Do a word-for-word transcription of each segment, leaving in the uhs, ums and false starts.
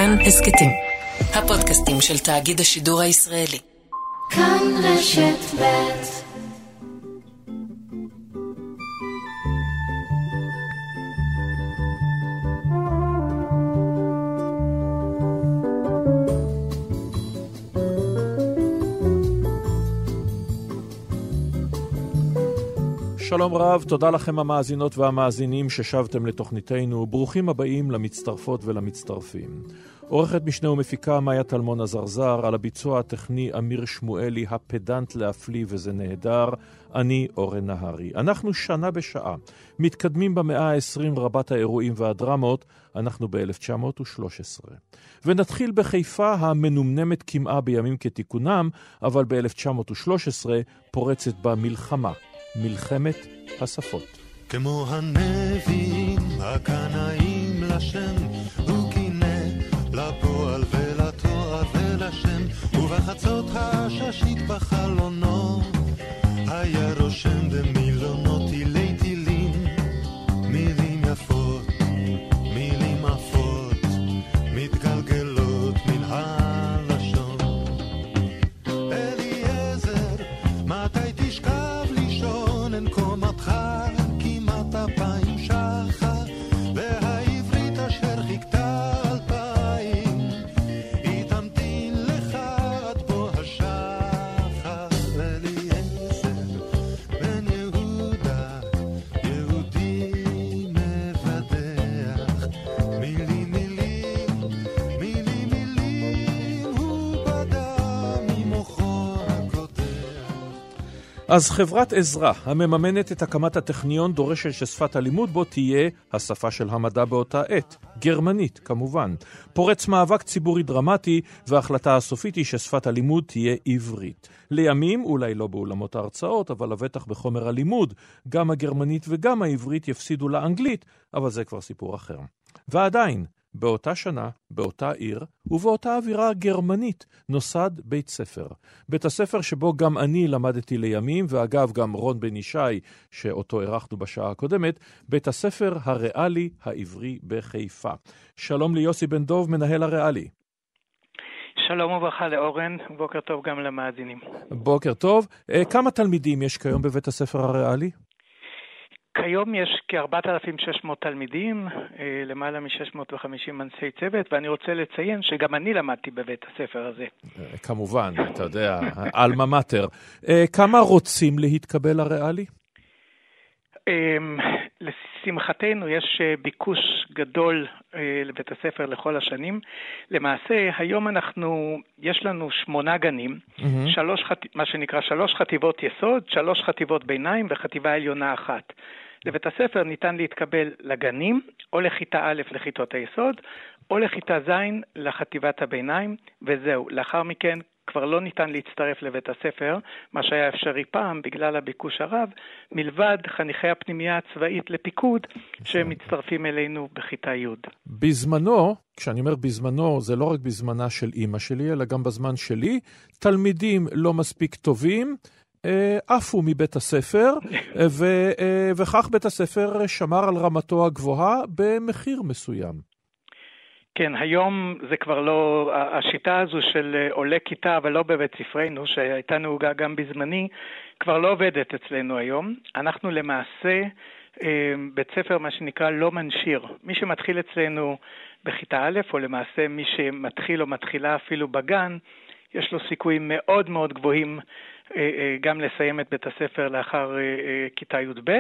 כאן הסקטים, הפודקאסטים של תאגיד השידור הישראלי. כאן רשת ב'. שלום רב, תודה לכם המאזינות והמאזינים ששבתם לתוכניתנו. ברוכים הבאים למצטרפות ולמצטרפים. עורכת משנה ומפיקה מאיה טלמון הזרזר, על הביצוע הטכני אמיר שמואלי, הפדנט להפליא וזה נהדר. אני אורן נהרי. אנחנו שנה בשעה מתקדמים במאה ה-עשרים רבת האירועים והדרמות. אנחנו ב-אלף תשע מאות ושלוש עשרה. ונתחיל בחיפה המנומנמת כמעה בימים כתיקונם, אבל ב-אלף תשע מאות ושלוש עשרה פורצת בה מלחמה. מלחמת השפות. כמו הנביאים הקנאים לשם, הוא קינה לפועל ולתואר ולשם, ובחצות הששית בחלונו היה רושם במילונות תילי תילים, מילים יפות, מילים עפות, מתגלגלות מן הלשון. אליעזר, מתי תשכח קומתך כמעט אפיים שחר, והעברית אשר חיכתה אלפיים היא תמתין לך עד בוא השחר. אליעזר בן יהודה יהודי מבדח, מילים מילים מילים מילים הוא בדה ממוחו הקודח. אז חברת עזרא, המממנת את הקמת הטכניון, דורשת ששפת הלימוד בו תהיה השפה של המדע באותה עת, גרמנית כמובן. פורץ מאבק ציבורי דרמטי, וההחלטה הסופית היא ששפת הלימוד תהיה עברית. לימים, אולי לא באולמות ההרצאות, אבל לבטח בחומר הלימוד, גם הגרמנית וגם העברית יפסידו לאנגלית, אבל זה כבר סיפור אחר. ועדיין, באותה שנה, באותה עיר, ובאותה אווירה גרמנית, נוסד בית ספר. בית הספר שבו גם אני למדתי לימים, ואגב גם רון בן ישי, שאותו ערכנו בשעה הקודמת, בית הספר הריאלי העברי בחיפה. שלום ליוסי בן דוב, מנהל הריאלי. שלום וברכה לאורן, בוקר טוב גם למאזינים. בוקר טוב. כמה תלמידים יש כיום בבית הספר הריאלי? כיום יש כ-ארבעת אלפים ושש מאות תלמידים, למעלה מ-שש מאות וחמישים אנשי צוות, ואני רוצה לציין שגם אני למדתי בבית הספר הזה. כמובן, אתה יודע, אלמה מאטר. כמה רוצים להתקבל לריאלי? לשמחתנו יש ביקוש גדול לבית הספר לכל השנים. למעשה, היום אנחנו, יש לנו שמונה גנים, שלוש, מה שנקרא שלוש חטיבות יסוד, שלוש חטיבות ביניים וחטיבה עליונה אחת. לבית הספר ניתן להתקבל לגנים, או לכיתה א' לכיתות היסוד, או לכיתה ז' לחטיבת הביניים, וזהו. לאחר מכן כבר לא ניתן להצטרף לבית הספר, מה שהיה אפשרי פעם בגלל הביקוש הרב, מלבד חניכי הפנימייה הצבאית לפיקוד, שהם מצטרפים אלינו בכיתה י'. בזמנו, כשאני אומר בזמנו, זה לא רק בזמנה של אמא שלי, אלא גם בזמן שלי, תלמידים לא מספיק טובים, עפו מבית הספר, ו- וכך בית הספר שמר על רמתו הגבוהה במחיר מסוים. כן, היום זה כבר לא, השיטה הזו של עולה כיתה, אבל לא בבית ספרנו, שהייתה נהוגה גם בזמני, כבר לא עובדת אצלנו היום. אנחנו למעשה בית ספר, מה שנקרא, לא מנשיר. מי שמתחיל אצלנו בכיתה א', או למעשה מי שמתחיל או מתחילה אפילו בגן, יש לו סיכויים מאוד מאוד גבוהים גם לסיים את בית הספר לאחר כיתה י' ב'.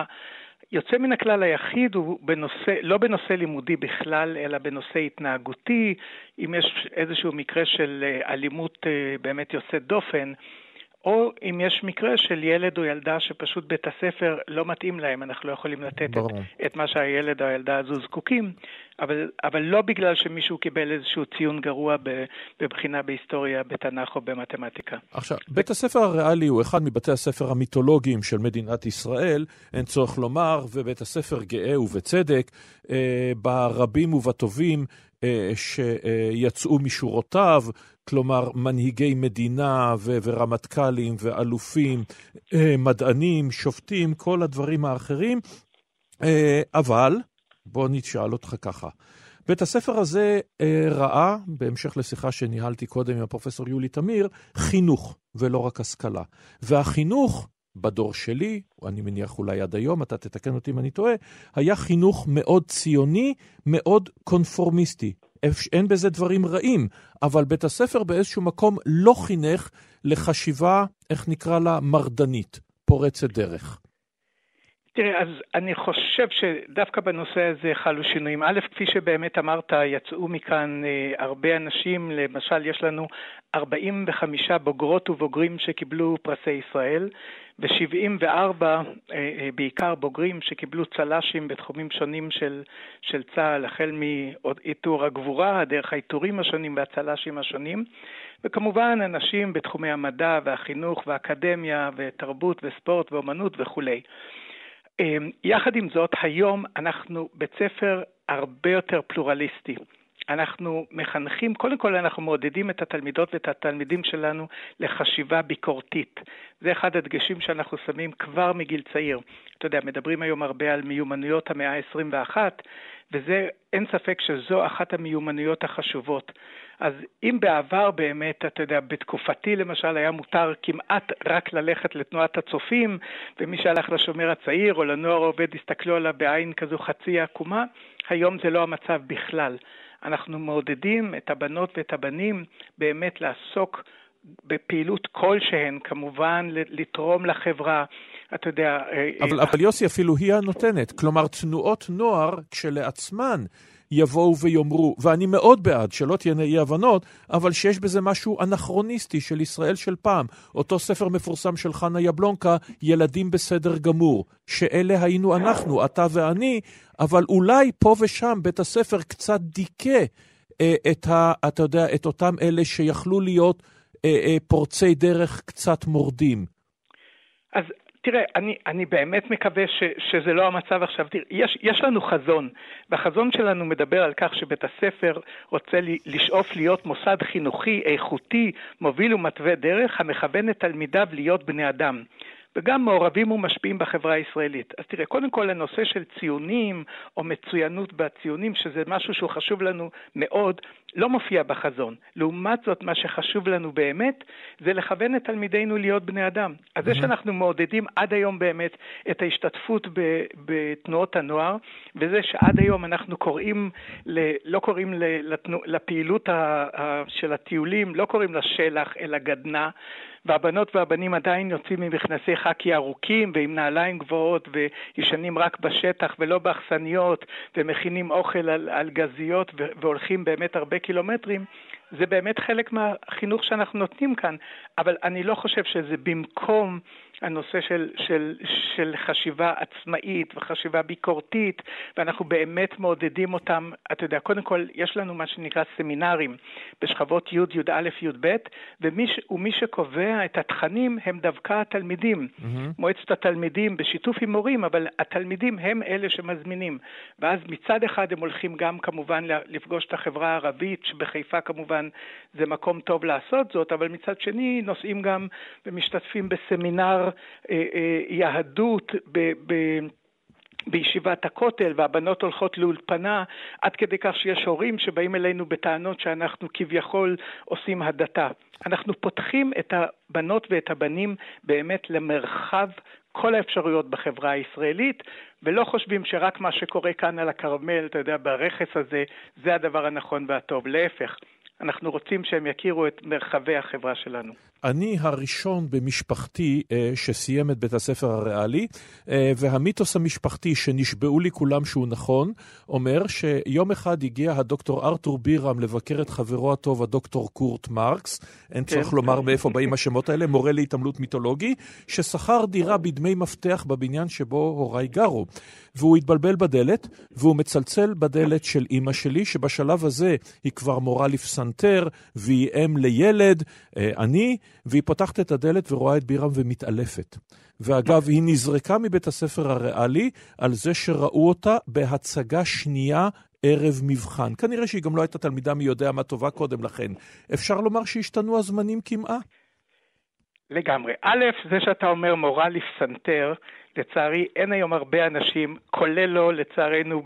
יוצא מן הכלל היחיד הוא בנושא, לא בנושא לימודי בכלל, אלא בנושא התנהגותי. אם יש איזשהו מקרה של אלימות באמת יוצאת דופן, או אם יש מקרה של ילד או ילדה שפשוט בית הספר לא מתאים להם, אנחנו לא יכולים לתת את, את מה שהילד או הילדה הזו זקוקים, אבל, אבל לא בגלל שמישהו קיבל איזשהו ציון גרוע בבחינה בהיסטוריה, בתנ"ך או במתמטיקה. עכשיו, בית הספר הריאלי הוא אחד מבתי הספר המיתולוגיים של מדינת ישראל, אין צורך לומר, ובית הספר גאה ובצדק, אה, ברבים ובטובים אה, שיצאו משורותיו, כלומר מנהיגי מדינה ו- ורמטכ"לים ואלופים, מדענים, שופטים, כל הדברים האחרים. אבל בוא נשאל אותך ככה, בית הספר הזה אה, ראה, בהמשך לשיחה שניהלתי קודם עם הפרופסור יולי תמיר, חינוך ולא רק השכלה. והחינוך בדור שלי, אני מניח אולי עד היום, אתה תתקן אותי אם אני טועה, היה חינוך מאוד ציוני, מאוד קונפורמיסטי. אין בזה דברים רעים, אבל בית הספר באיזשהו מקום לא חינך לחשיבה, איך נקרא לה, מרדנית, פורצת דרך. תראה, אז אני חושב שדווקא בנושא הזה חלו שינויים. א', כפי שבאמת אמרת, יצאו מכאן אה, הרבה אנשים, למשל יש לנו ארבעים וחמישה בוגרות ובוגרים שקיבלו פרסי ישראל, ו-שבעים וארבע אה, אה, בעיקר בוגרים שקיבלו צל"שים בתחומים שונים של, של צה"ל, החל מאיתור הגבורה, דרך האיתורים השונים והצל"שים השונים, וכמובן אנשים בתחומי המדע והחינוך והאקדמיה ותרבות וספורט ואומנות וכולי. יחד עם זאת, היום אנחנו בית ספר הרבה יותר פלורליסטי. אנחנו מחנכים, קודם כל אנחנו מעודדים את התלמידות ואת התלמידים שלנו לחשיבה ביקורתית. זה אחד הדגשים שאנחנו שמים כבר מגיל צעיר. אתה יודע, מדברים היום הרבה על מיומנויות המאה ה-עשרים ואחת, וזה אין ספק שזו אחת המיומנויות החשובות. אז אם בעבר באמת, אתה יודע, בתקופתי למשל היה מותר כמעט רק ללכת לתנועת הצופים, ומי שהלך לשומר הצעיר או לנוער עובד הסתכלו עליו בעין כזו חצי עקומה, היום זה לא המצב בכלל. אנחנו מעודדים את הבנות ואת הבנים באמת לעסוק בפעילות כלשהן, כמובן לתרום לחברה, אתה יודע... אבל, אבל יוסי, אפילו היא הנותנת. כלומר, תנועות נוער כשלעצמן יבואו ויאמרו, ואני מאוד בעד, שלא תהיינה אי הבנות, אבל שיש בזה משהו אנכרוניסטי של ישראל של פעם. אותו ספר מפורסם של חנה יבלונקה, ילדים בסדר גמור, שאלה היינו אנחנו, אתה ואני, אבל אולי פה ושם בית הספר קצת דיכה אה, את, ה, אתה יודע, את אותם אלה שיכלו להיות אה, אה, פורצי דרך קצת מורדים. אז תראה, אני, אני באמת מקווה ש, שזה לא המצב עכשיו. תראה, יש, יש לנו חזון, והחזון שלנו מדבר על כך שבית הספר רוצה לשאוף להיות מוסד חינוכי, איכותי, מוביל ומתווה דרך, המכוון את תלמידיו להיות בני אדם. וגם מעורבים ומשפיעים בחברה הישראלית. אז תראה, קודם כל הנושא של ציונים או מצוינות בציונים, שזה משהו שהוא חשוב לנו מאוד, לא מופיע בחזון. לעומת זאת, מה שחשוב לנו באמת, זה לכוון את תלמידינו להיות בני אדם. אז זה שאנחנו מעודדים עד היום באמת את ההשתתפות בתנועות הנוער, וזה שעד היום אנחנו קוראים, לא קוראים לפעילות של הטיולים, לא קוראים לשלח, אלא גדנה, והבנות והבנים עדיין יוצאים ממכנסי חקי ארוכים ועם נעליים גבוהות וישנים רק בשטח ולא באכסניות ומכינים אוכל על, על גזיות והולכים באמת הרבה קילומטרים. זה באמת חלק מהחינוך שאנחנו נותנים כאן, אבל אני לא חושב שזה במקום הנושא של, של, של חשיבה עצמאית וחשיבה ביקורתית, ואנחנו באמת מעודדים אותם. אתה יודע, קודם כל יש לנו מה שנקרא סמינרים בשכבות י', י' א', י' ב', ומי, ומי שקובע את התכנים הם דווקא התלמידים. Mm-hmm. מועצת התלמידים בשיתוף עם מורים, אבל התלמידים הם אלה שמזמינים. ואז מצד אחד הם הולכים גם כמובן לפגוש את החברה הערבית, שבחיפה כמובן זה מקום טוב לעשות זאת, אבל מצד שני נוסעים גם ומשתתפים בסמינר אה, אה, יהדות ב... ב בישיבת הכותל, והבנות הולכות לאולפנה, עד כדי כך שיש הורים שבאים אלינו בטענות שאנחנו כביכול עושים הדתה. אנחנו פותחים את הבנות ואת הבנים באמת למרחב כל האפשרויות בחברה הישראלית, ולא חושבים שרק מה שקורה כאן על הכרמל, אתה יודע, ברכס הזה, זה הדבר הנכון והטוב. להפך, אנחנו רוצים שהם יכירו את מרחבי החברה שלנו. אני הראשון במשפחתי אה, שסיים את בית הספר הריאלי, אה, והמיתוס המשפחתי שנשבעו לי כולם שהוא נכון, אומר שיום אחד הגיע הדוקטור ארתור בירם לבקר את חברו הטוב הדוקטור קורט מרקס, אין צריך כן. לומר מאיפה באים השמות האלה, מורה להתעמלות מיתולוגי, ששכר דירה בדמי מפתח בבניין שבו הוריי גרו. והוא התבלבל בדלת, והוא מצלצל בדלת של אמא שלי, שבשלב הזה היא כבר מורה לפסנתר, והיא אם לילד, אה, אני, והיא פותחת את הדלת ורואה את בירם ומתעלפת. ואגב, היא נזרקה מבית הספר הריאלי על זה שראו אותה בהצגה שנייה ערב מבחן. כנראה שהיא גם לא הייתה תלמידה מי יודע מה טובה קודם לכן. אפשר לומר שהשתנו הזמנים כמעט? לגמרי. א', זה שאתה אומר מורה לפסנתר, לצערי אין היום הרבה אנשים, כולל לא לצערנו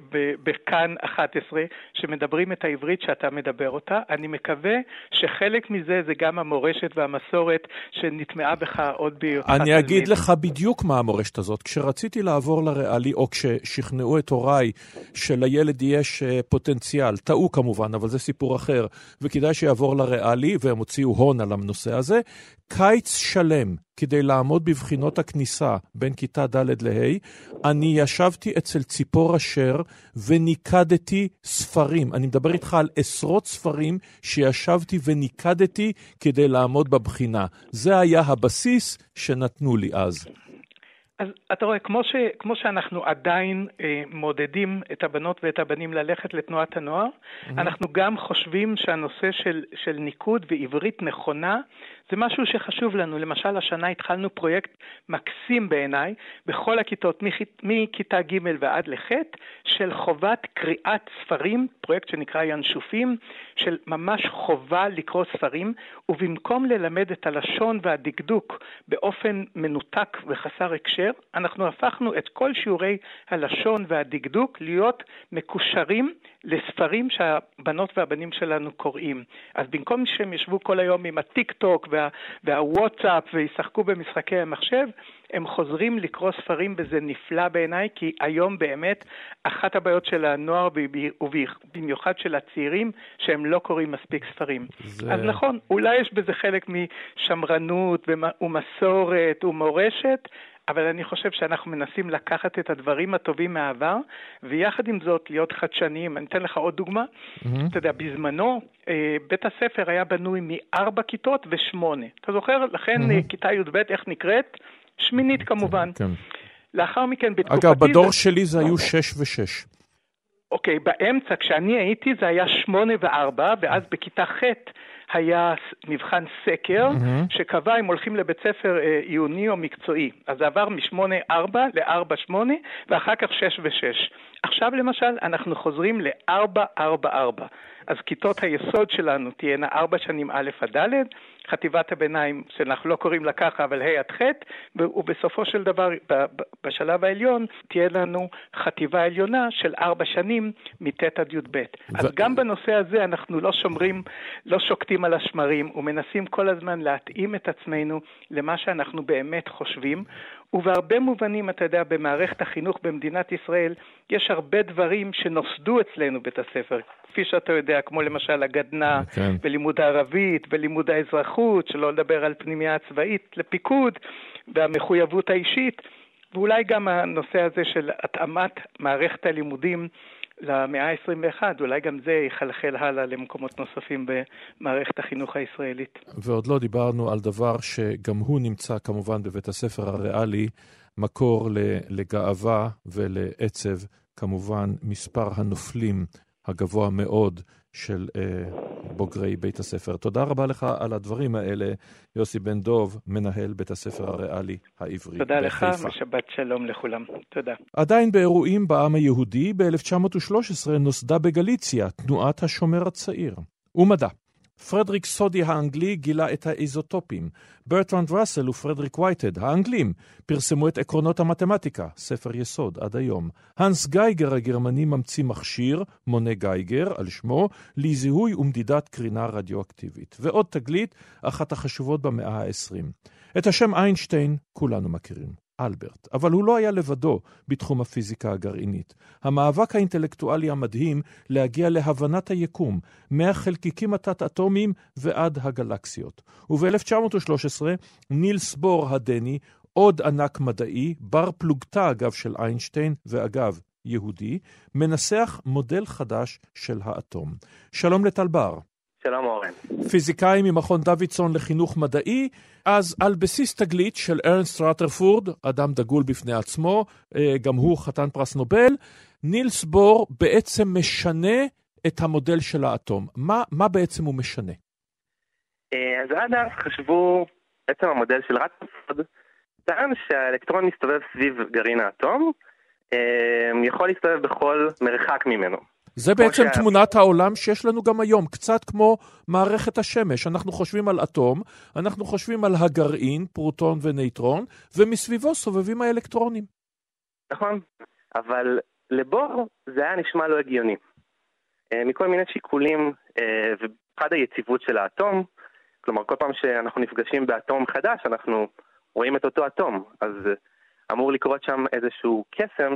בכאן אחת עשרה, שמדברים את העברית שאתה מדבר אותה. אני מקווה שחלק מזה זה גם המורשת והמסורת שנטמעה בך עוד בהיותך תלמיד. אני אגיד לך בדיוק מה המורשת הזאת. כשרציתי לעבור לריאלי, או כששכנעו את הוריי שלילד יש פוטנציאל, טעו כמובן, אבל זה סיפור אחר, וכדאי שיעבור לריאלי, והם הוציאו הון על הנושא הזה, קיץ שלם, כדי לעמוד בבחינות הכניסה בין כיתה ד' לה', אני ישבתי אצל ציפור אשר וניקדתי ספרים. אני מדבר איתך על עשרות ספרים שישבתי וניקדתי כדי לעמוד בבחינה. זה היה הבסיס שנתנו לי אז. אז אתה רואה, כמו, ש, כמו שאנחנו עדיין אה, מודדים את הבנות ואת הבנים ללכת לתנועת הנוער, mm-hmm. אנחנו גם חושבים שהנושא של, של ניקוד ועברית נכונה, זה משהו שחשוב לנו. למשל, השנה התחלנו פרויקט מקסים בעיניי, בכל הכיתות, מכיתה ג' ועד לח', של חובת קריאת ספרים, פרויקט שנקרא ינשופים, של ממש חובה לקרוא ספרים, ובמקום ללמד את הלשון והדקדוק באופן מנותק וחסר הקשר, אנחנו הפכנו את כל שיעורי הלשון והדקדוק להיות מקושרים לספרים שהבנות והבנים שלנו קוראים. אז במקום שהם ישבו כל היום עם הטיק טוק וה, והוואטסאפ וישחקו במשחקי המחשב, הם חוזרים לקרוא ספרים, וזה נפלא בעיניי, כי היום באמת אחת הבעיות של הנוער, ובמיוחד של הצעירים, שהם לא קוראים מספיק ספרים. זה... אז נכון, אולי יש בזה חלק משמרנות ומסורת ומורשת, אבל אני חושב שאנחנו מנסים לקחת את הדברים הטובים מהעבר, ויחד עם זאת להיות חדשניים. אני אתן לך עוד דוגמה. Mm-hmm. אתה יודע, בזמנו, בית הספר היה בנוי מארבע כיתות ושמונה. אתה זוכר? לכן mm-hmm. כיתה י"ב, איך נקראת? שמינית כמובן. כן. לאחר מכן, בתקופתי... אגב, בדור זה... שלי זה היו שש ושש. אוקיי, באמצע, כשאני הייתי, זה היה שמונה וארבע, ואז בכיתה ח' היה מבחן סקר, mm-hmm. שקבע אם הולכים לבית ספר אה, עיוני או מקצועי. אז זה עבר משמונה ארבע לארבע שמונה, ואחר כך שש ושש. עכשיו למשל, אנחנו חוזרים לארבע ארבע ארבע. אז כיתות היסוד שלנו תהיינה ארבע שנים א' עד ד', חטיבת הביניים, שאנחנו לא קוראים לה ככה, אבל ה' עד ח', ובסופו של דבר, בשלב העליון, תהיה לנו חטיבה עליונה של ארבע שנים מט' עד י"ב. ו... אז גם בנושא הזה אנחנו לא שומרים, לא שוקטים על השמרים, ומנסים כל הזמן להתאים את עצמנו למה שאנחנו באמת חושבים, ובהרבה מובנים, אתה יודע, במערכת החינוך במדינת ישראל, יש הרבה דברים שנוסדו אצלנו בית הספר, כפי שאתה יודע, כמו למשל הגדנה, okay. ולימוד הערבית, ולימוד האזרחות, שלא לדבר על פנימיה הצבאית לפיקוד, והמחויבות האישית, ואולי גם הנושא הזה של התאמת מערכת הלימודים למאה ה-עשרים ואחת, אולי גם זה יחלחל הלאה למקומות נוספים במערכת החינוך הישראלית. ועוד לא דיברנו על דבר שגם הוא נמצא כמובן בבית הספר הריאלי, מקור לגאווה ולעצב, כמובן מספר הנופלים הגבוה מאוד של אה, בוגרי בית הספר. תודה רבה לך על הדברים האלה, יוסי בן דוב, מנהל בית הספר הריאלי העברי. תודה בחיפה. לך, ושבת שלום לכולם. תודה. עדיין באירועים בעם היהודי, ב-אלף תשע מאות ושלוש עשרה נוסדה בגליציה תנועת השומר הצעיר. ומדע. פרדריק סודי האנגלי גילה את האיזוטופים. ברטרנד ראסל ופרדריק וייטד, האנגלים, פרסמו את עקרונות המתמטיקה, ספר יסוד עד היום. הנס גייגר הגרמני ממציא מכשיר, מונה גייגר, על שמו, לזיהוי ומדידת קרינה רדיואקטיבית. ועוד תגלית, אחת החשובות במאה העשרים. את השם איינשטיין כולנו מכירים. אלברט, אבל הוא לא היה לבדו בתחום הפיזיקה הגרעינית. המאבק האינטלקטואלי המדהים להגיע להבנת היקום, מהחלקיקים התת-אטומיים ועד הגלקסיות. וב-אלף תשע מאות ושלוש עשרה נילס בור הדני, עוד ענק מדעי, בר פלוגתא אגב של איינשטיין ואגב יהודי, מנסח מודל חדש של האטום. שלום לטל בר. שלום אורן. פיזיקאי ממכון דוידסון לחינוך מדעי, אז על בסיס תגלית של ארנסט רת'רפורד, אדם דגול בפני עצמו, גם הוא חתן פרס נובל, נילס בור בעצם משנה את המודל של האטום. מה, מה בעצם הוא משנה? אז עד אז חשבו, בעצם המודל של רת'רפורד, טען שהאלקטרון מסתובב סביב גרעין האטום, יכול להסתובב בכל מרחק ממנו. זה בעצם שה... תמונת העולם שיש לנו גם היום, קצת כמו מערכת השמש. אנחנו חושבים על אטום, אנחנו חושבים על הגרעין, פרוטון ונייטרון, ומסביבו סובבים האלקטרונים. נכון, אבל לבור זה היה נשמע לא הגיוני. מכל מיני שיקולים, ובחד היציבות של האטום, כלומר כל פעם שאנחנו נפגשים באטום חדש, אנחנו רואים את אותו אטום, אז אמור לקרות שם איזשהו קסם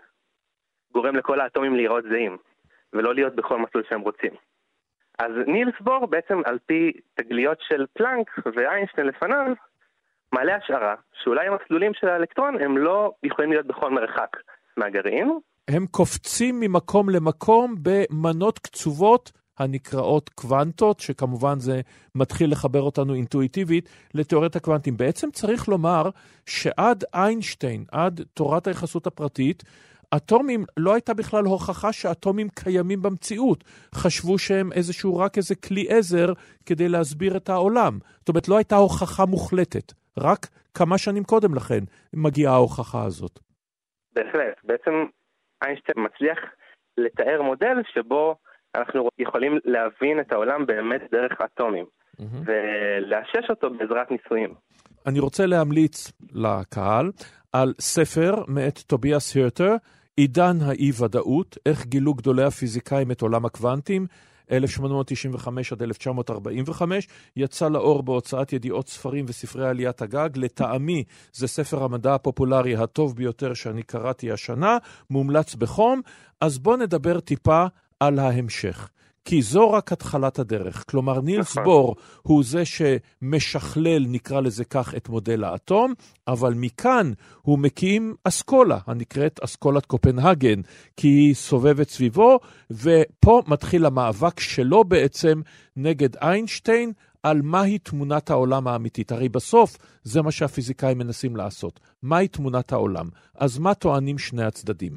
שגורם לכל האטומים להיראות זהים, ולא להיות בכל מסלול שהם רוצים. אז נילס בור בעצם על פי תגליות של פלנק ואיינשטיין לפניו, מעלה השערה שאולי המסלולים של האלקטרון הם לא יכולים להיות בכל מרחק מהגרעין. הם קופצים ממקום למקום במנות קצובות הנקראות קוונטות, שכמובן זה מתחיל לחבר אותנו אינטואיטיבית לתיאוריית הקוונטים. בעצם צריך לומר שעד איינשטיין, עד תורת היחסות הפרטית, אטומים לא הייתה בכלל הוכחה שאטומים קיימים במציאות. חשבו שהם איזשהו רק איזה כלי עזר כדי להסביר את העולם. זאת אומרת, לא הייתה הוכחה מוחלטת. רק כמה שנים קודם לכן מגיעה ההוכחה הזאת. בהחלט. בעצם איינשטיין מצליח לתאר מודל שבו אנחנו יכולים להבין את העולם באמת דרך אטומים, mm-hmm. ולאשש אותו בעזרת ניסויים. אני רוצה להמליץ לקהל על ספר מאת טוביאס הרטר, עידן האי-ודאות, איך גילו גדולי הפיזיקאים את עולם הקוונטים, אלף שמונה מאות תשעים וחמש עד אלף תשע מאות ארבעים וחמש, יצא לאור בהוצאת ידיעות ספרים וספרי עליית הגג. לטעמי זה ספר המדע הפופולרי הטוב ביותר שאני קראתי השנה, מומלץ בחום. אז בוא נדבר טיפה על ההמשך, כי זו רק התחלת הדרך. כלומר, נילס בור הוא זה שמשכלל, נקרא לזה כך, את מודל האטום, אבל מכאן הוא מקים אסכולה, הנקראת אסכולת קופנהגן, כי היא סובבת סביבו, ופה מתחיל המאבק שלו בעצם נגד איינשטיין, על מהי תמונת העולם האמיתית. הרי בסוף זה מה שהפיזיקאים מנסים לעשות. מהי תמונת העולם? אז מה טוענים שני הצדדים?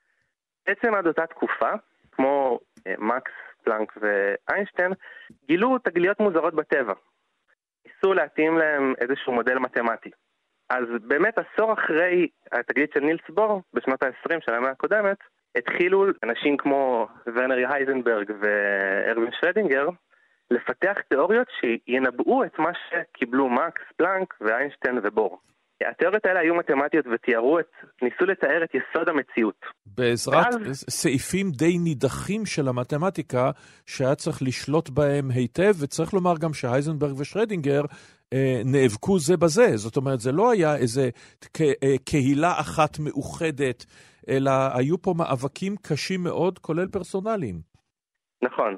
בעצם עד אותה תקופה, כמו מקס, פלנק ואיינשטיין, גילו תגליות מוזרות בטבע. ניסו להתאים להם איזשהו מודל מתמטי. אז באמת עשור אחרי התגלית של נילס בור, בשנות ה-עשרים של המאה הקודמת, התחילו אנשים כמו ורנר הייזנברג וארווין שרדינגר לפתח תיאוריות שינבאו את מה שקיבלו מקס, פלנק ואיינשטיין ובור. התיאוריות האלה היו מתמטיות ותיארו את, ניסו לתאר את יסוד המציאות. בעזרת ואז... סעיפים די נידחים של המתמטיקה שהיה צריך לשלוט בהם היטב, וצריך לומר גם שהייזנברג ושרדינגר אה, נאבקו זה בזה. זאת אומרת, זה לא היה איזה ק- קהילה אחת מאוחדת, אלא היו פה מאבקים קשים מאוד, כולל פרסונליים. נכון.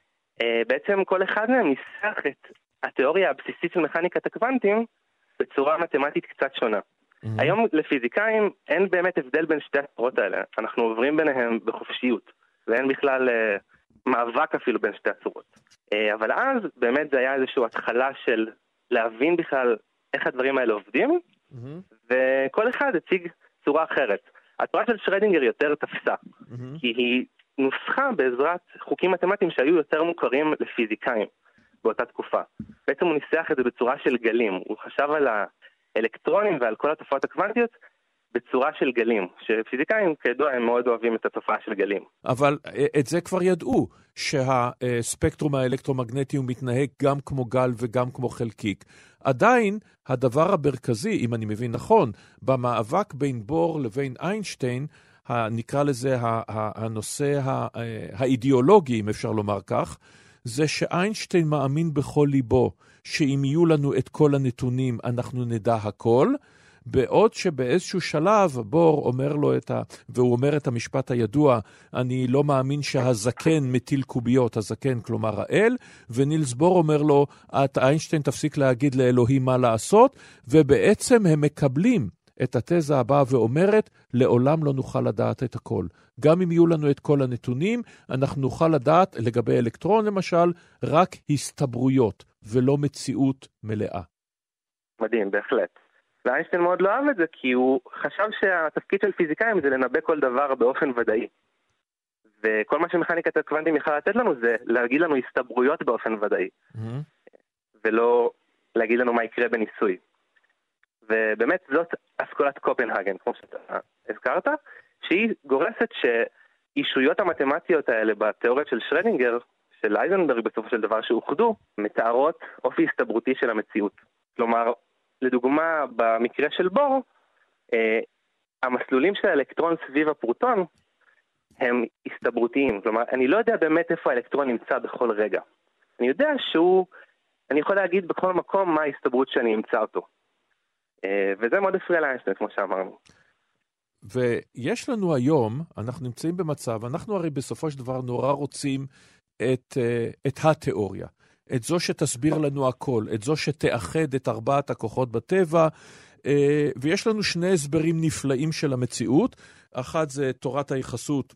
אה, בעצם כל אחד מהם ניסח את התיאוריה הבסיסית של מכניקת הקוונטים, בצורה מתמטית קצת שונה. Mm-hmm. היום לפיזיקאים אין באמת הבדל בין שתי הצורות האלה. אנחנו עוברים ביניהם בחופשיות, ואין בכלל אה, מאבק אפילו בין שתי הצורות. אה, אבל אז באמת זה היה איזושהי התחלה של להבין בכלל איך הדברים האלה עובדים, mm-hmm. וכל אחד הציג צורה אחרת. הצורה של שרדינגר יותר תפסה, mm-hmm. כי היא נוסחה בעזרת חוקים מתמטיים שהיו יותר מוכרים לפיזיקאים. באותה תקופה. בעצם הוא ניסח את זה בצורה של גלים. הוא חשב על האלקטרונים ועל כל התופעות הקוונטיות בצורה של גלים, שפיזיקאים כידוע הם מאוד אוהבים את התופעה של גלים. אבל את זה כבר ידעו, שהספקטרום האלקטרומגנטי הוא מתנהג גם כמו גל וגם כמו חלקיק. עדיין הדבר המרכזי, אם אני מבין נכון, במאבק בין בור לבין איינשטיין, נקרא לזה הנושא האידיאולוגי, אם אפשר לומר כך, זה שאיינשטיין מאמין בכל ליבו שאם יהיו לנו את כל הנתונים אנחנו נדע הכל, בעוד שבאיזשהו שלב בור אומר לו את ה... והוא אומר את המשפט הידוע, אני לא מאמין שהזקן מטיל קוביות, הזקן כלומר האל, ונילס בור אומר לו, את איינשטיין תפסיק להגיד לאלוהים מה לעשות, ובעצם הם מקבלים את התזה הבאה ואומרת, לעולם לא נוכל לדעת את הכל. גם אם יהיו לנו את כל הנתונים, אנחנו נוכל לדעת, לגבי אלקטרון למשל, רק הסתברויות, ולא מציאות מלאה. מדהים, בהחלט. ואיינשטיין מאוד לא אהב את זה, כי הוא חשב שהתפקיד של פיזיקאים זה לנבא כל דבר באופן ודאי. וכל מה שמכניקת הקוונטים יכולה לתת לנו זה להגיד לנו הסתברויות באופן ודאי. Mm-hmm. ולא להגיד לנו מה יקרה בניסוי. ובאמת זאת אסכולת קופנהגן, כמו שאתה הזכרת, שהיא גורסת האישויות המתמטיות האלה בתיאוריה של שרדינגר, של אייזנברג בסופו של דבר שאוחדו, מתארות אופי הסתברותי של המציאות. כלומר, לדוגמה, במקרה של בור, אה, המסלולים של האלקטרון סביב הפרוטון הם הסתברותיים. כלומר, אני לא יודע באמת איפה האלקטרון נמצא בכל רגע. אני יודע שהוא, אני יכול להגיד בכל מקום מה ההסתברות שאני אמצא אותו. אה, וזה מאוד הפריע לאיינשטיין, כמו שאמרנו. ויש לנו היום, אנחנו נמצאים במצב, אנחנו הרי בסופו של דבר נורא רוצים את, את התיאוריה, את זו שתסביר לנו הכל, את זו שתאחד את ארבעת הכוחות בטבע, ויש לנו שני הסברים נפלאים של המציאות, אחד זה תורת היחסות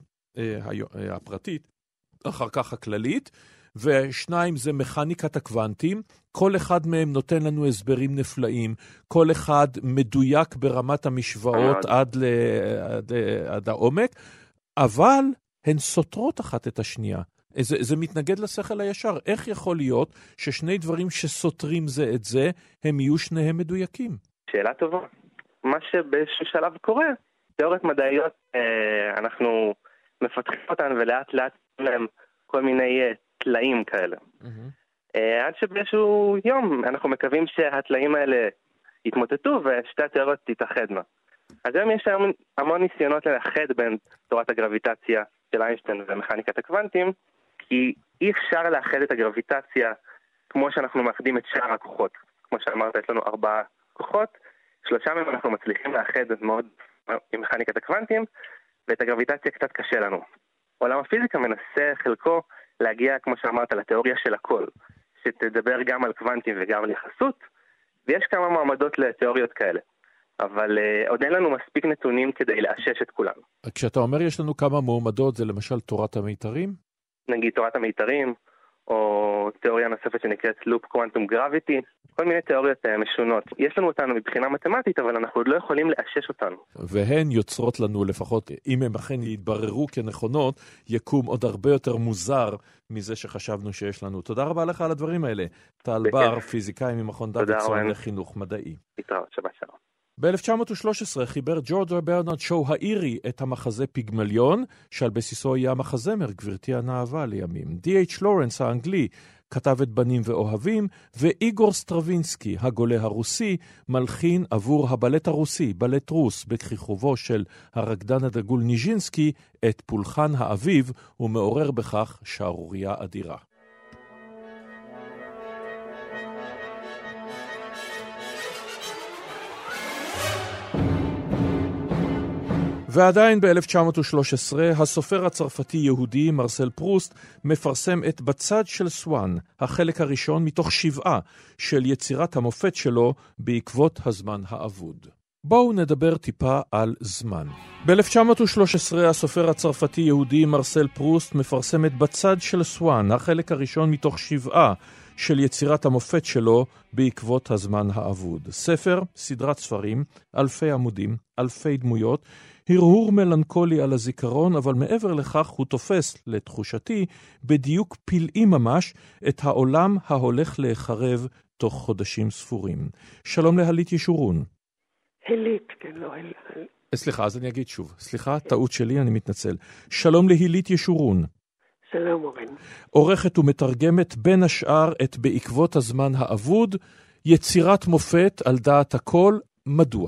הפרטית, אחר כך הכללית, ושניים זה מכניקת הקוונטים, כל אחד מהם נותן לנו הסברים נפלאים, כל אחד מדויק ברמת המשוואות עד, ל... עד, עד העומק, אבל הן סותרות אחת את השנייה. זה, זה מתנגד לשכל הישר. איך יכול להיות ששני דברים שסותרים זה את זה, הם יהיו שניהם מדויקים? שאלה טובה. מה שבאיזשהו שלב קורה, תיאוריות מדעיות, אנחנו מפתחים אותן ולאט לאט להם כל מיני תלאים כאלה. Mm-hmm. עד שבאיזשהו יום אנחנו מקווים שהתלאים האלה יתמוטטו ושתי התיאוריות תתאחדנה. אז היום יש המון, המון ניסיונות לאחד בין תורת הגרביטציה של איינשטיין ומכניקת הקוונטים, כי אי אפשר לאחד את הגרביטציה כמו שאנחנו מאחדים את שאר הכוחות. כמו שאמרת, יש לנו ארבעה כוחות, שלושה מהם אנחנו מצליחים לאחד מאוד עם מכניקת הקוונטים, ואת הגרביטציה קצת קשה לנו. עולם הפיזיקה מנסה חלקו להגיע, כמו שאמרת, לתיאוריה של הכל, שתדבר גם על קוונטים וגם על יחסות, ויש כמה מעמדות לתיאוריות כאלה. אבל uh, עוד אין לנו מספיק נתונים כדי לאשש את כולם. כשאתה אומר יש לנו כמה מועמדות, זה למשל תורת המיתרים? נגיד תורת המיתרים, או תיאוריה נוספת שנקראת לופ קוונטום גרביטי, כל מיני תיאוריות uh, משונות. יש לנו אותנו מבחינה מתמטית, אבל אנחנו עוד לא יכולים לאשש אותנו. והן יוצרות לנו, לפחות אם הם אכן יתבררו כנכונות, יקום עוד הרבה יותר מוזר מזה שחשבנו שיש לנו. תודה רבה לך על הדברים האלה. טל בר, פיזיקאי ממכון דוידסון לחינוך מדעי. להתראות, שבת שלום. ב-אלף תשע מאות ושלוש עשרה חיבר ג'ורג' ברנרד שו האירי את המחזה פיגמליון, שעל בסיסו היה המחזמר גברתי הנאהבה לימים. די אייץ' לורנס האנגלי כתב את בנים ואוהבים, ואיגור סטרווינסקי, הגולה הרוסי, מלחין עבור הבלט הרוסי, בלט רוס, בכיכובו של הרקדן הדגול ניז'ינסקי, את פולחן האביב, ומעורר בכך שערוריה אדירה. ועדיין ב-אלף תשע מאות ושלוש עשרה הסופר הצרפתי-יהודי מרסל פרוסט מפרסם את בצד של סואן, החלק הראשון מתוך שבעה של יצירת המופת שלו בעקבות הזמן האבוד. בואו נדבר טיפה על זמן. ב-אלף תשע מאות ושלוש עשרה הסופר הצרפתי-יהודי מרסל פרוסט מפרסם את בצד של סואן, החלק הראשון מתוך שבעה של יצירת המופת שלו בעקבות הזמן האבוד. ספר, סדרת ספרים, אלפי עמודים, אלפי דמויות, הרהור מלנכולי על הזיכרון, אבל מעבר לכך הוא תופס, לתחושתי, בדיוק פלאי ממש, את העולם ההולך להיחרב תוך חודשים ספורים. שלום להלית ישורון. הלית, כן, לא הלית. סליחה, אז אני אגיד שוב. סליחה, טעות שלי, אני מתנצל. שלום להלית ישורון. שלום אורן. עורכת ומתרגמת בין השאר את בעקבות הזמן האבוד, יצירת מופת על דעת הכל, מדוע?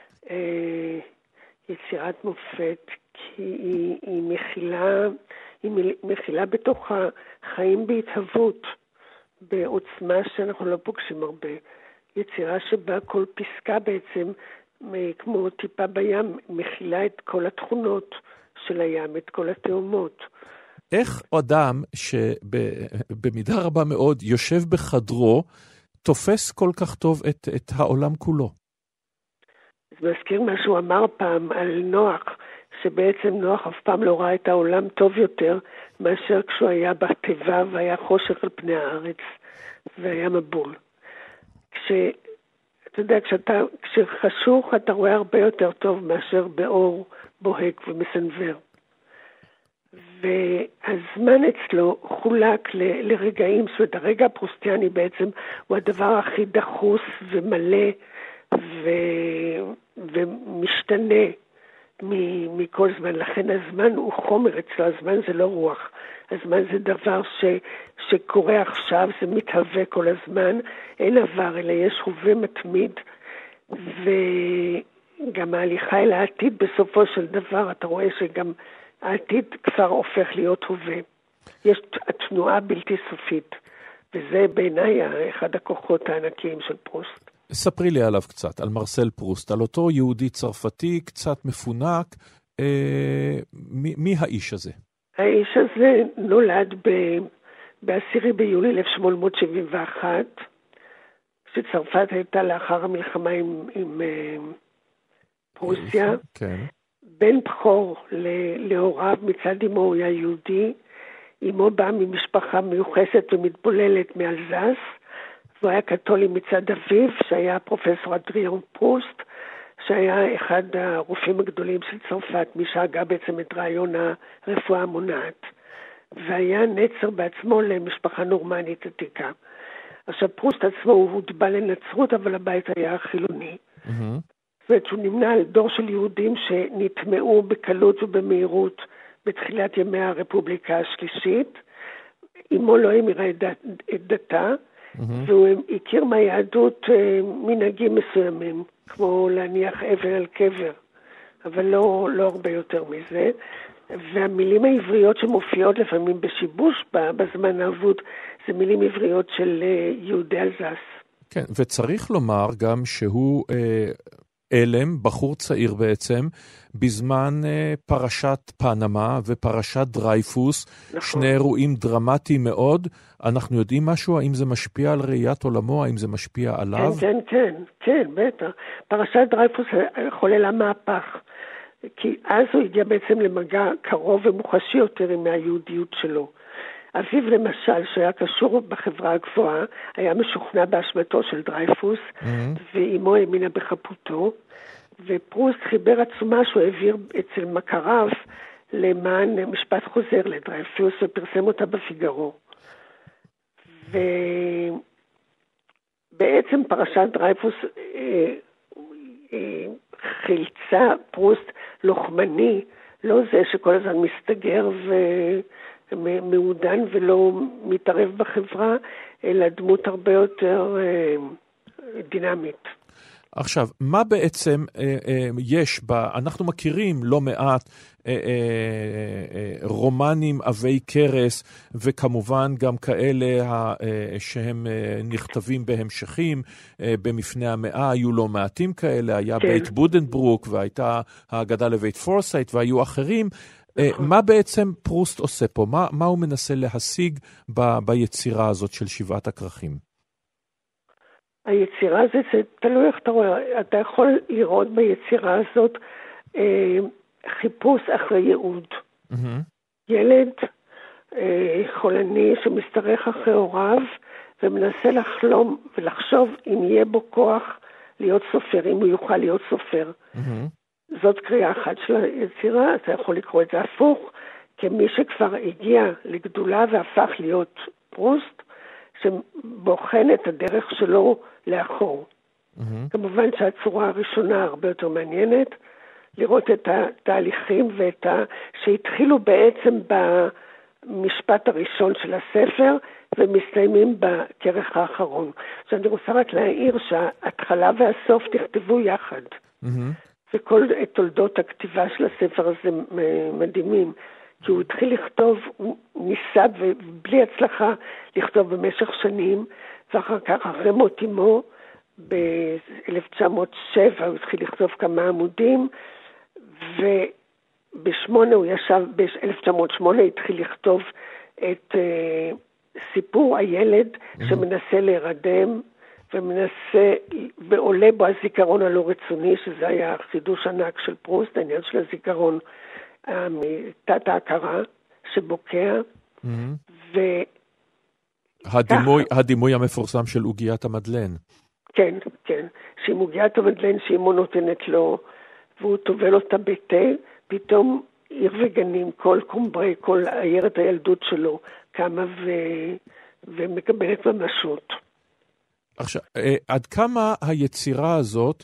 יצירת מופת כי היא, היא מכילה, היא מכילה בתוך החיים בהתהוות, בעוצמה שאנחנו לא פוגשים הרבה. יצירה שבה כל פסקה בעצם, כמו טיפה בים, מכילה את כל התכונות של הים, את כל התאומות. איך אדם שבמידה רבה מאוד יושב בחדרו, תופס כל כך טוב את, את העולם כולו? זה מזכיר מה שהוא אמר פעם על נוח, שבעצם נוח אף פעם לא ראה את העולם טוב יותר, מאשר כשהוא היה בטבע והיה חושך על פני הארץ, והיה מבול. כש, אתה יודע, כשאתה, כשחשוך אתה רואה הרבה יותר טוב מאשר באור בוהק ומסנבר. והזמן אצלו חולק ל, לרגעים, זאת אומרת, הרגע הפרוסטיאני בעצם הוא הדבר הכי דחוס ומלא, ו... ומשתנה מכל זמן. לכן הזמן הוא חומר אצלו, הזמן זה לא רוח. הזמן זה דבר ש, שקורה עכשיו, זה מתהווה כל הזמן, אין עבר, אלא יש הווה מתמיד, וגם ההליכה אל העתיד בסופו של דבר, אתה רואה שגם העתיד כבר הופך להיות הווה. יש התנועה בלתי סופית, וזה בעיניי אחד הכוחות הענקיים של פרוסט. ספרי לי עליו קצת, על מרסל פרוסט, על אותו יהודי צרפתי קצת מפונק, אה, מי, מי האיש הזה? האיש הזה נולד ב-עשירי ביולי אלף שמונה מאות שבעים ואחת, שצרפת הייתה לאחר המלחמה עם, עם uh, פרוסיה. כן. בן בכור להוריו, מצד אמו הוא היה יהודי, אמו באה ממשפחה מיוחסת ומתבוללת מאלזס, והוא היה קתולי מצד אביו, שהיה פרופסור אדריאן פרוסט, שהיה אחד הרופאים הגדולים של צרפת, מי שהגה בעצם את רעיון הרפואה המונעת, והיה נצר בעצמו למשפחה נורמנית עתיקה. עכשיו פרוסט עצמו הוא הוטבע לנצרות, אבל הבית היה חילוני. Mm-hmm. זאת אומרת שהוא נמנה על דור של יהודים שנטמעו בקלות ובמהירות בתחילת ימי הרפובליקה השלישית. אמו לא המירה את, דת, את דתה, mm-hmm. והוא הכיר מהיהדות אה, מנהגים מסוימים, כמו להניח אבן על קבר, אבל לא, לא הרבה יותר מזה. והמילים העבריות שמופיעות לפעמים בשיבוש בזמן האבוד, זה מילים עבריות של יהודי אלזס. כן, וצריך לומר גם שהוא אה, אלם, בחור צעיר בעצם, בזמן אה, פרשת פנמה ופרשת דרייפוס, נכון. שני אירועים דרמטיים מאוד. אנחנו יודעים משהו? האם זה משפיע על ראיית עולמו? האם זה משפיע עליו? כן, כן, כן, כן, בטח. פרשת דרייפוס חוללה מהפך. כי אז הוא הגיע בעצם למגע קרוב ומוחשי יותר עם היהודיות שלו. אביו למשל, שהיה קשור בחברה הגבוהה, היה משוכנע באשמתו של דרייפוס, mm-hmm. ואימו האמינה בחפותו, ופרוסט חיבר עצומה שהוא העביר אצל מכריו למען משפט חוזר לדרייפוס, ופרסם אותה בפיגרו. ובעצם פרשת דרייפוס אה, אה, חילצה פרוסט לוחמני, לא זה שכל הזמן מסתגר ומעודן ולא מתערב בחברה, אלא דמות הרבה יותר אה, דינמית. עכשיו, מה בעצם אה, אה, יש בה, אנחנו מכירים לא מעט אה, אה, אה, רומנים עבי קרס, וכמובן גם כאלה אה, שהם אה, נכתבים בהמשכים, אה, במפנה המאה היו לא מעטים כאלה, היה כן. בית בודנברוק, והייתה האגדה לבית פורסייט, והיו אחרים. אה, מה בעצם פרוסט עושה פה? מה, מה הוא מנסה להשיג ב, ביצירה הזאת של שבעת הכרכים? היצירה הזאת, זה תלוי איך אתה רואה, אתה יכול לראות ביצירה הזאת אה, חיפוש אחרי ייעוד. Mm-hmm. ילד אה, חולני שמסתרך אחרי הוריו, ומנסה לחלום ולחשוב אם יהיה בו כוח להיות סופר, אם הוא יוכל להיות סופר. Mm-hmm. זאת קריאה אחת של היצירה, אתה יכול לקרוא את זה הפוך, כמי שכבר הגיע לגדולה והפך להיות פרוסט, שבוחן את הדרך שלו לאחור. Mm-hmm. כמובן שהצורה הראשונה הרבה יותר מעניינת, לראות את התהליכים ואת ה... שהתחילו בעצם במשפט הראשון של הספר, ומסתיימים בכרך האחרון. עכשיו אני רוצה רק להעיר שההתחלה והסוף תכתבו יחד. Mm-hmm. וכל תולדות הכתיבה של הספר הזה מדהימים. כי הוא התחיל לכתוב, הוא ניסה ובלי הצלחה לכתוב במשך שנים, ואחר כך אחרי מות אמו, ב-אלף תשע מאות שבע הוא התחיל לכתוב כמה עמודים, ובשמונה הוא ישב, ב-אלף תשע מאות שמונה התחיל לכתוב את uh, סיפור הילד שמנסה להירדם, ומנסה, ועולה בו הזיכרון הלא רצוני, שזה היה חידוש ענק של פרוסט, העניין של הזיכרון, מתת ההכרה שבוקע, ו... הדימוי, הדימוי המפורסם של עוגיית המדלן. כן, כן. שעם עוגיית המדלן שאימו נותנת לו, והוא טובל אותה בתה, פתאום עיר וגנים, כל קומברי, כל עיירת הילדות שלו, קמה ו... ומקבלת ממשות. עכשיו, עד כמה היצירה הזאת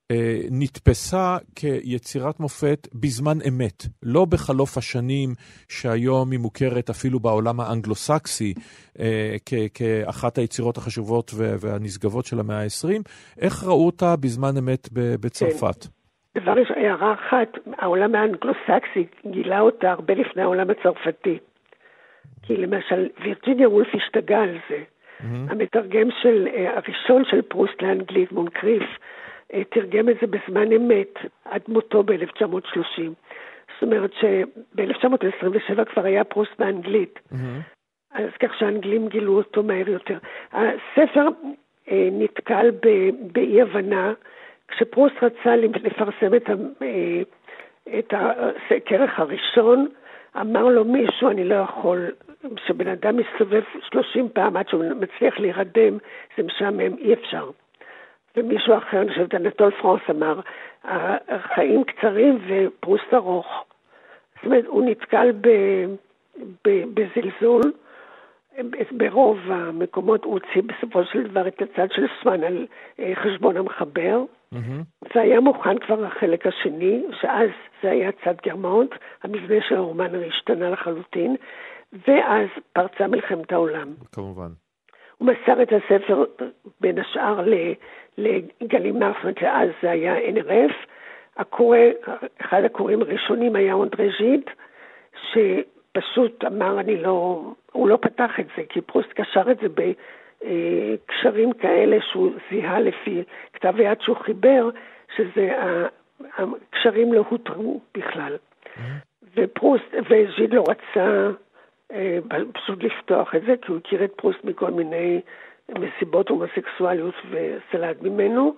נתפסה כיצירת מופת בזמן אמת, לא בחלוף השנים שהיום היא מוכרת אפילו בעולם האנגלוסקסי כאחת היצירות החשובות והנשגבות של המאה ה-עשרים. איך ראו אותה בזמן אמת בצרפת? דבר ראשון, הערה אחת, העולם האנגלוסקסי גילה אותה הרבה לפני העולם הצרפתי. כי למשל וירג'יניה וולף השתגע על זה. המתרגם של, הראשון של פרוסט לאנגלית, מונקריף, תרגם את זה בזמן אמת, עד מותו ב-אלף תשע מאות שלושים. זאת אומרת שב-אלף תשע מאות עשרים ושבע כבר היה פרוסט באנגלית. אז כך שהאנגלים גילו אותו מהר יותר. הספר נתקל באי הבנה, כשפרוסט רצה לפרסם את, את הכרך הראשון, אמר לו מישהו, אני לא יכול, שבן אדם מסתובב שלושים פעם עד שהוא מצליח להירדם, זה משעמם, אי אפשר. ומישהו אחר, אני חושבת, אנטול פרנס אמר, החיים קצרים ופרוסט ארוך. זאת אומרת, הוא נתקל ב, ב, בזלזול, ברוב המקומות הוא הוציא בסופו של דבר את הצד של סואן על חשבון המחבר, mm-hmm. והיה מוכן כבר החלק השני, שאז זה היה צד גרמאונט, המבנה של הרומן השתנה לחלוטין, ואז פרצה מלחמת העולם. כמובן. הוא מסר את הספר בין השאר לגלימר, זאת אומרת שאז זה היה אן אר אף, הקורא, אחד הקוראים הראשונים היה אנדרי ז'יד, שפשוט אמר, אני לא, הוא לא פתח את זה, כי פרוסט קשר את זה בקשרים כאלה שהוא זיהה לפי כתב היד שהוא חיבר, שזה, הקשרים לא הותרו בכלל. ופרוסט, וז'יד לא רצה פשוט לפתוח את זה, כי הוא הכיר את פרוסט מכל מיני מסיבות הומוסקסואליות וסלד ממנו,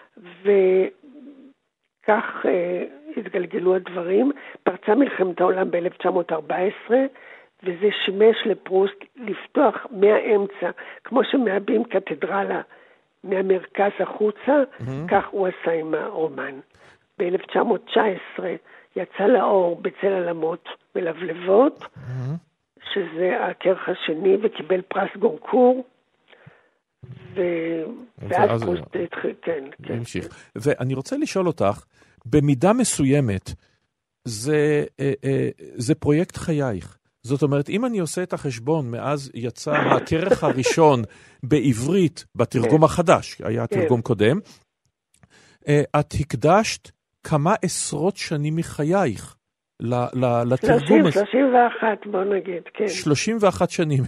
וכך אה, התגלגלו הדברים. פרצה מלחמת העולם ב-אלף תשע מאות ארבע עשרה, וזה שימש לפרוסט לפתוח מהאמצע, כמו שמאבים קתדרלה מהמרכז החוצה, mm-hmm. כך הוא עשה עם הרומן. ב-אלף תשע מאות תשע עשרה יצא לאור בצל עלמות מלבלבות, mm-hmm. שזה הכרך השני, וקיבל פרס גונקור, ו... ואז פרוסט התחיל, כן, כן. נמשיך. ואני רוצה לשאול אותך, במידה מסוימת, זה, זה פרויקט חייך. זאת אומרת, אם אני עושה את החשבון, מאז יצא הכרך הראשון בעברית, בתרגום החדש, היה תרגום קודם, את הקדשת כמה עשרות שנים מחייך, לתרגום הזה. שלושים ואחת, בוא נגיד, כן. שלושים ואחת שנים,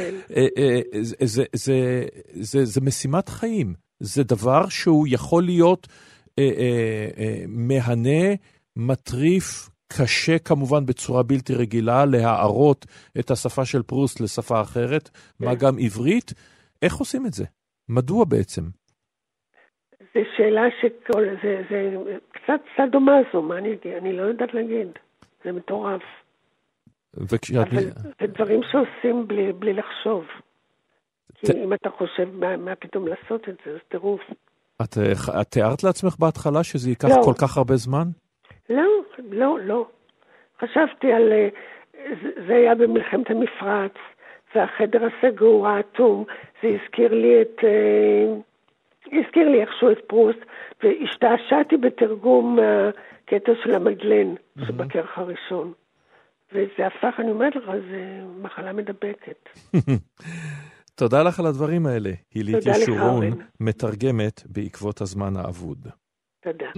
זה משימת חיים. זה דבר שהוא יכול להיות מהנה, מטריף, קשה כמובן בצורה בלתי רגילה, להערות את השפה של פרוסט לשפה אחרת, מה גם עברית. איך עושים את זה? מדוע בעצם? זו שאלה שכל, זה קצת סדומזו, מה אני אגיד? אני לא יודעת להגיד. זה מטורף. וכשאת... אבל זה דברים שעושים בלי, בלי לחשוב. כי אם אתה חושב מה, מה פתאום לעשות את זה, זה טירוף. את, את תיארת לעצמך בהתחלה שזה ייקח כל כך הרבה זמן? לא, לא, לא. חשבתי על... זה היה במלחמת המפרץ, והחדר הסגור, האטום, זה הזכיר לי את... הזכיר לי איכשהו את פרוסט, והשתעשעתי בתרגום הקטע של המדלן, שבכרך הראשון. וזה הפך, אני אומרת לך, זה מחלה מדבקת. תודה לך על הדברים האלה. הילית ישורון, מתרגמת בעקבות הזמן האבוד. תודה.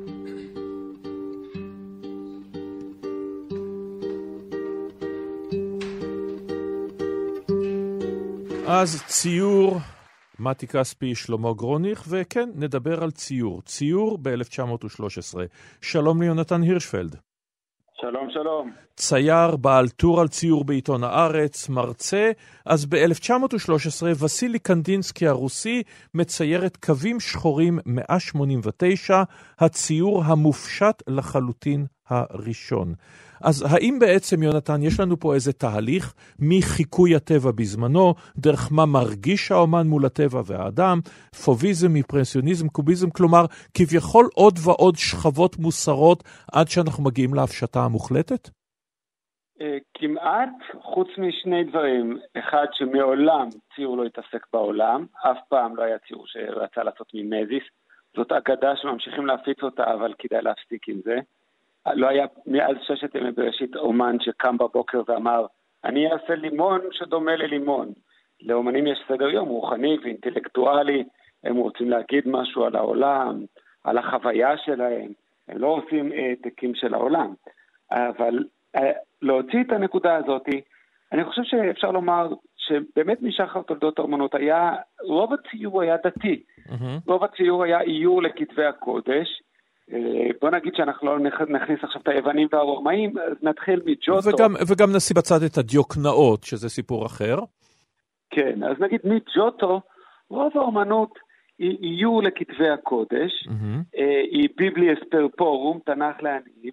אז ציור, מתי כספי, שלמה גרוניך, וכן, נדבר על ציור. ציור ב-אלף תשע מאות ושלוש עשרה. שלום ליונתן הירשפלד. שלום, שלום. צייר, בעל טור על ציור בעיתון הארץ, מרצה. אז ב-אלף תשע מאות ושלוש עשרה וסילי קנדינסקי הרוסי מצייר את קווים שחורים מאה שמונים ותשע, הציור המופשט לחלוטין הראשון. אז האם בעצם, יונתן, יש לנו פה איזה תהליך מחיקוי הטבע בזמנו, דרך מה מרגיש האומן מול הטבע והאדם, פוביזם, אימפרסיוניזם, קוביזם, כלומר, כביכול עוד ועוד שכבות מוסרות עד שאנחנו מגיעים להפשטה המוחלטת? כמעט, חוץ משני דברים. אחד, שמעולם ציור לא התעסק בעולם, אף פעם לא היה ציור שרצה לעשות מימזיס, זאת אגדה שממשיכים להפיץ אותה, אבל כדאי להפסיק עם זה. לא היה מאז ששת ימי בראשית אומן שקם בבוקר ואמר, אני אעשה לימון שדומה ללימון. לאומנים יש סדר יום רוחני ואינטלקטואלי, הם רוצים להגיד משהו על העולם, על החוויה שלהם, הם לא עושים העתקים של העולם. אבל להוציא את הנקודה הזאת, אני חושב שאפשר לומר שבאמת משחר תולדות האומנות היה, רוב הציור היה דתי, mm-hmm. רוב הציור היה איור לכתבי הקודש, בוא נגיד שאנחנו לא נכניס עכשיו את היוונים והרומאים, אז נתחיל מג'וטו. וגם, וגם נשים בצד את הדיוקנאות, שזה סיפור אחר. כן, אז נגיד מג'וטו, רוב האומנות היא איור לכתבי הקודש, mm-hmm. היא ביבלי אספרפורום, תנ"ך לעניים,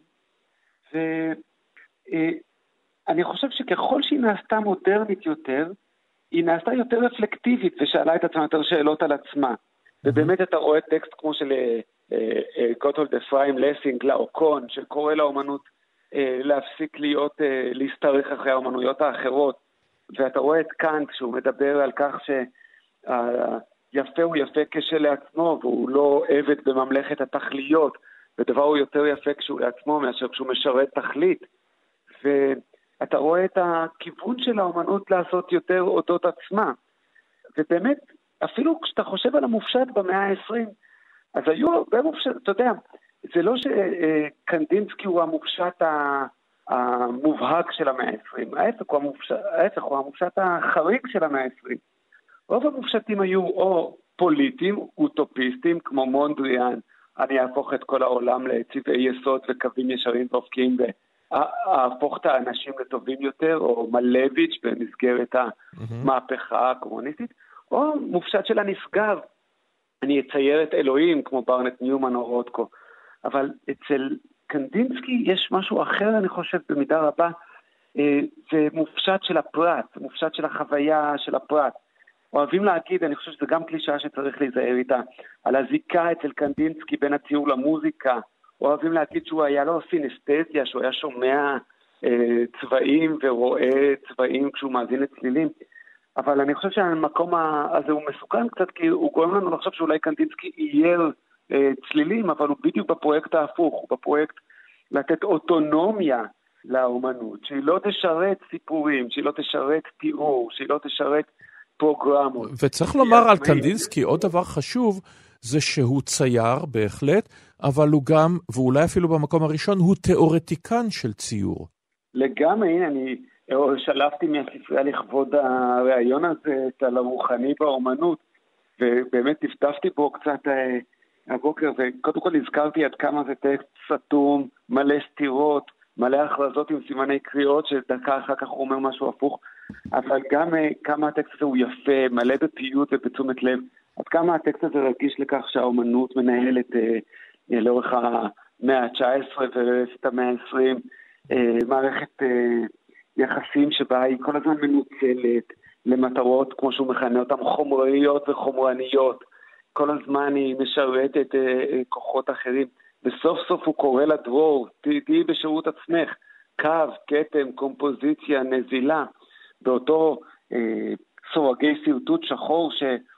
ואני חושב שככל שהיא נעשתה מודרנית יותר, היא נעשתה יותר רפלקטיבית, ושאלה את עצמה יותר שאלות על עצמה. Mm-hmm. ובאמת אתה רואה טקסט כמו של גוטהולד אפרים לסינג, לאוקון, שקורא לאומנות להפסיק להיות, להסתרך אחרי האומנויות האחרות, ואתה רואה את קאנט שהוא מדבר על כך שיפה הוא יפה כשלעצמו, והוא לא עבד בממלכת התכליות, ודבר הוא יותר יפה כשהוא לעצמו מאשר כשהוא משרת תכלית. ואתה רואה את הכיוון של האומנות לעשות יותר אודות עצמה. ובאמת, אפילו כשאתה חושב על המופשט במאה ה-עשרים, אז היו הרבה מופשט, אתה יודע, זה לא שקנדינסקי הוא המופשט המובהק של המאה ה-עשרים, ההפך הוא המופשט, ההפך הוא המופשט החריג של המאה ה-עשרים. רוב המופשטים היו או פוליטיים, אוטופיסטים, כמו מונדריאן, אני אהפוך את כל העולם לצבעי יסוד וקווים ישרים ואופקיים, ואהפוך את האנשים לטובים יותר, או מלביץ' במסגרת המהפכה הקומוניסטית, או מופשט של הנשגב, אני אצייר את אלוהים, כמו ברנט ניומן או רודקו. אבל אצל קנדינסקי יש משהו אחר, אני חושב, במידה רבה, זה מופשט של הפרט, מופשט של החוויה של הפרט. אוהבים להגיד, אני חושב שזה גם קלישה שצריך להיזהר איתה, על הזיקה אצל קנדינסקי בין הציור למוזיקה. אוהבים להגיד שהוא היה לו סינסתזיה, שהוא היה שומע אה, צבעים ורואה צבעים כשהוא מאזין לצלילים. אבל אני חושב שהמקום הזה הוא מסוכן קצת, כי הוא גורם לנו לחשוב שאולי קנדינסקי אייר אה, צלילים, אבל הוא בדיוק בפרויקט ההפוך, הוא בפרויקט לתת אוטונומיה לאומנות, שהיא לא תשרת סיפורים, שהיא לא תשרת תיאור, שהיא לא תשרת פרוגרמות. וצריך לומר על קנדינסקי, עוד דבר חשוב, זה שהוא צייר בהחלט, אבל הוא גם, ואולי אפילו במקום הראשון, הוא תיאורטיקן של ציור. לגמרי, הנה, אני שלפתי מהספרייה לכבוד הרעיון הזה, את על הרוחני באומנות, ובאמת נפתפתי בו קצת הבוקר, וקודם כל הזכרתי עד כמה זה טקסט סתום, מלא סתירות, מלא הכרזות עם סימני קריאות, שדקה אחר כך הוא אומר משהו הפוך, אבל גם כמה הטקסט הזה הוא יפה, מלא בפיות ובתשומת לב, עד כמה הטקסט הזה רגיש לכך שהאומנות מנהלת אה, לאורך המאה ה-תשע עשרה ואת המאה ה-עשרים, אה, מערכת אה, יחסים שבה היא כל הזמן מנוצלת למטרות, כמו שהוא מכנה אותם, חומריות וחומרניות, כל הזמן היא משרתת אה, אה, כוחות אחרים, בסוף סוף הוא קורא לדרור, תהיי בשירות עצמך, קו, קטם, קומפוזיציה, נזילה, באותו אה, סורגי סיוטות שחור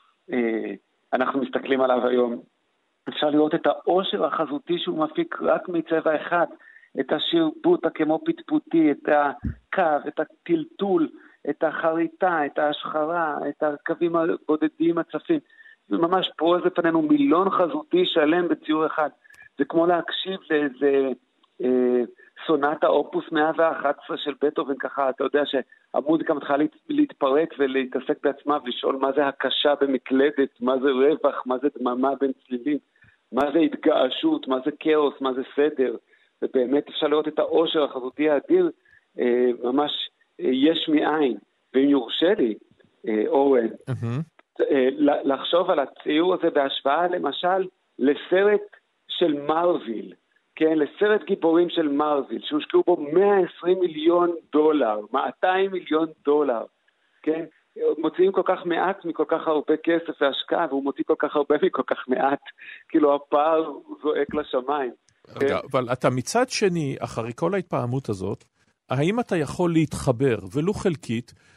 שאנחנו אה, מסתכלים עליו היום. אפשר לראות את העושר החזותי שהוא מפיק רק מצבע אחד, את השרבוט כמו פטפוטי, את הקו, את הטלטול, את החריטה, את ההשחרה, את הקווים הבודדים הצפים. זה ממש פורס לפנינו מילון חזותי שלם בציור אחד. זה כמו להקשיב לאיזה אה, סונטה אופוס מאה ואחת עשרה של בטהובן, ככה אתה יודע שהמוזיקה מתחילה להת, להתפרק ולהתעסק בעצמה ולשאול מה זה הקשה במקלדת, מה זה רווח, מה זה דממה בין צלילים, מה זה התגעשות, מה זה כאוס, מה זה סדר, ובאמת אפשר לראות את העושר החזותי האדיר, אה, ממש אה, יש מאין, ואם יורשה לי, אה, אורן, mm-hmm. אה, לחשוב על הציור הזה בהשוואה למשל לסרט של מרוויל, כן, לסרט גיבורים של מרוויל, שהושקעו בו מאה ועשרים מיליון דולר, מאתיים מיליון דולר, כן, מוציאים כל כך מעט מכל כך הרבה כסף והשקעה, והוא מוציא כל כך הרבה מכל כך מעט, כאילו הפער זועק לשמיים. רגע, כן? אבל אתה מצד שני, אחרי כל ההתפעמות הזאת, האם אתה יכול להתחבר, ולו חלקית,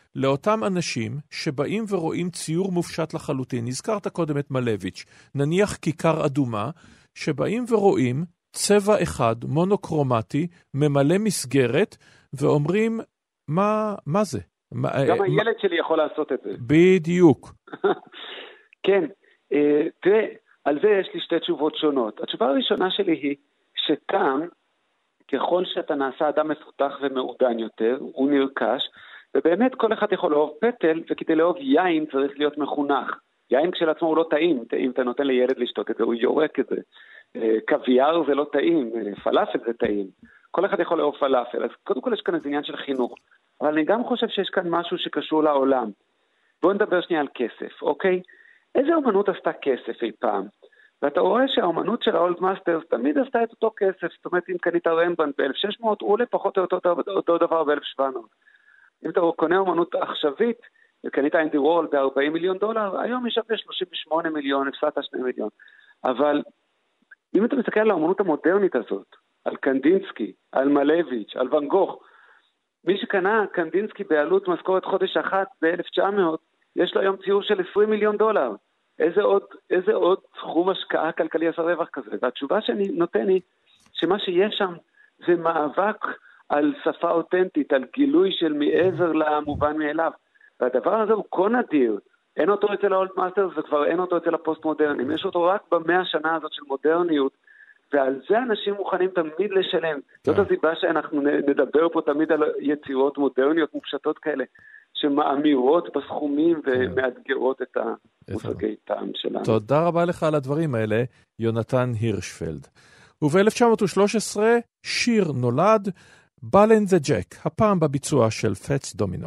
לאותם אנשים שבאים ורואים ציור מופשט לחלוטין. הזכרת קודם את מלביץ', נניח כיכר אדומה, שבאים ורואים צבע אחד, מונוקרומטי, ממלא מסגרת, ואומרים, מה, מה זה? גם מה, הילד מה... שלי יכול לעשות את זה. בדיוק. כן, תראה, על זה יש לי שתי תשובות שונות. התשובה הראשונה שלי היא שטעם, ככל שאתה נעשה אדם מפותח ומעודן יותר, הוא נרכש, ובאמת כל אחד יכול לאהוב פטל, וכדי לאהוב יין צריך להיות מחונך. יין כשלעצמו הוא לא טעים, אם אתה נותן לילד לשתות את זה, הוא יורק את זה. קוויאר זה לא טעים, פלאפל זה טעים. כל אחד יכול לאהוב פלאפל, אז קודם כל יש כאן איזה עניין של חינוך. אבל אני גם חושב שיש כאן משהו שקשור לעולם. בואו נדבר שנייה על כסף, אוקיי? איזה אומנות עשתה כסף אי פעם? ואתה רואה שהאומנות של האולד מאסטרס תמיד עשתה את אותו כסף. זאת אומרת, אם קנית רמברנדט ב-אלף ושש מאות, הוא עולה פחות או אותו, אותו דבר ב-אלף ושבע מאות. אם אתה קונה אומנות עכשווית, וקנית אנדי וורהול ב-ארבעים מיליון דולר, היום יש שווה שלושים ושמונה מיליון, הפסדת שני מיליון. אבל אם אתה מסתכל על האומנות המודרנית הזאת, על קנדינסקי, על מלביץ', על ואן גוך, מי שקנה קנדינסקי בעלות משכורת חודש אחת ב-אלף ותשע מאות, יש לו היום ציור של עשרים מיליון דולר. איזה עוד, איזה עוד סכום השקעה כלכלי עשה רווח כזה? והתשובה שאני נותן היא, שמה שיש שם זה מאבק על שפה אותנטית, על גילוי של מעבר למובן מאליו. והדבר הזה הוא כה נדיר. אין אותו אצל האולד מאסטרס וכבר אין אותו אצל הפוסט-מודרנים. יש אותו רק במאה השנה הזאת של מודרניות, ועל זה אנשים מוכנים תמיד לשלם. זאת הסיבה שאנחנו נדבר פה תמיד על יצירות מודרניות מופשטות כאלה, שמאמירות בסכומים ומאתגרות את המושגי טעם שלנו. תודה רבה לך על הדברים האלה, יונתן הירשפלד. וב-אלף תשע מאות ושלוש עשרה שיר נולד, Ball and the Jack, הפעם בביצוע של פטס דומינו.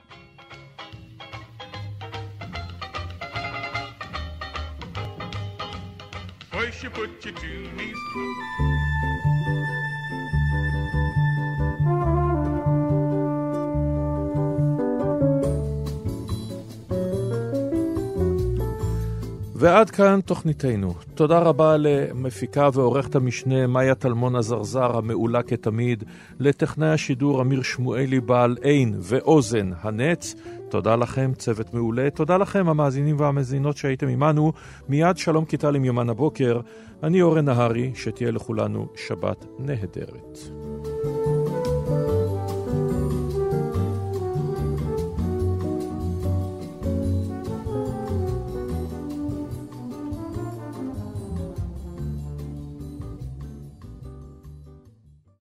First you put your two knees ועד כאן תוכניתנו. תודה רבה למפיקה ועורכת המשנה מאיה טלמון הזרזר המעולה כתמיד, לטכנאי השידור אמיר שמואלי בעל עין ואוזן הנץ. תודה לכם, צוות מעולה. תודה לכם המאזינים והמאזינות שהייתם עמנו. מיד שלום כיתה עם יומן הבוקר. אני אורן נהרי, שתהיה לכולנו שבת נהדרת.